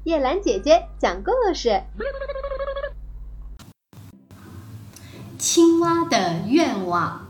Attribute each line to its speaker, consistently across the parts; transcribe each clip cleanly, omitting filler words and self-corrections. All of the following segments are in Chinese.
Speaker 1: 叶兰姐姐讲故事。
Speaker 2: 青蛙的愿望。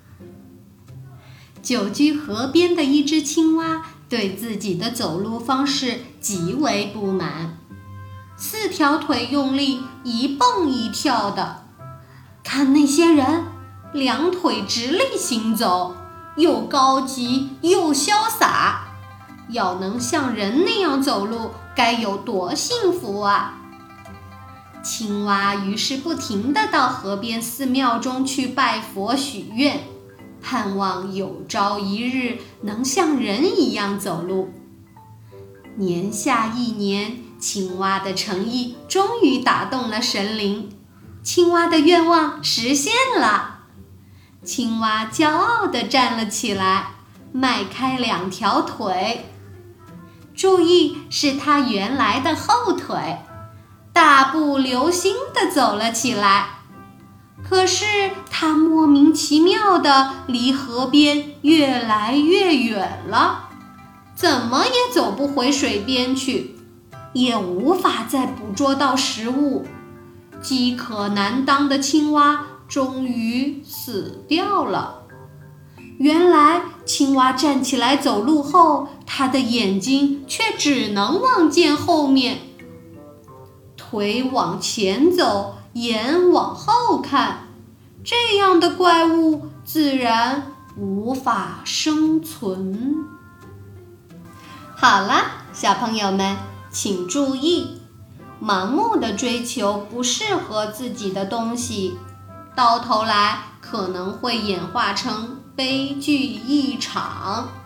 Speaker 2: 久居河边的一只青蛙对自己的走路方式极为不满，4条腿用力一蹦一跳的，看那些人2腿直立行走，又高级又潇洒，要能像人那样走路该有多幸福啊！青蛙于是不停地到河边寺庙中去拜佛许愿，盼望有朝一日能像人一样走路。年下1年，青蛙的诚意终于打动了神灵，青蛙的愿望实现了。青蛙骄傲地站了起来，迈开2条腿，注意是它原来的后腿，大步流星地走了起来。可是它莫名其妙地离河边越来越远了，怎么也走不回水边去，也无法再捕捉到食物。饥渴难当的青蛙终于死掉了。原来青蛙站起来走路后，它的眼睛却只能望见后面，腿往前走，眼往后看，这样的怪物自然无法生存。好了，小朋友们，请注意，盲目的追求不适合自己的东西，到头来可能会演化成悲剧一场。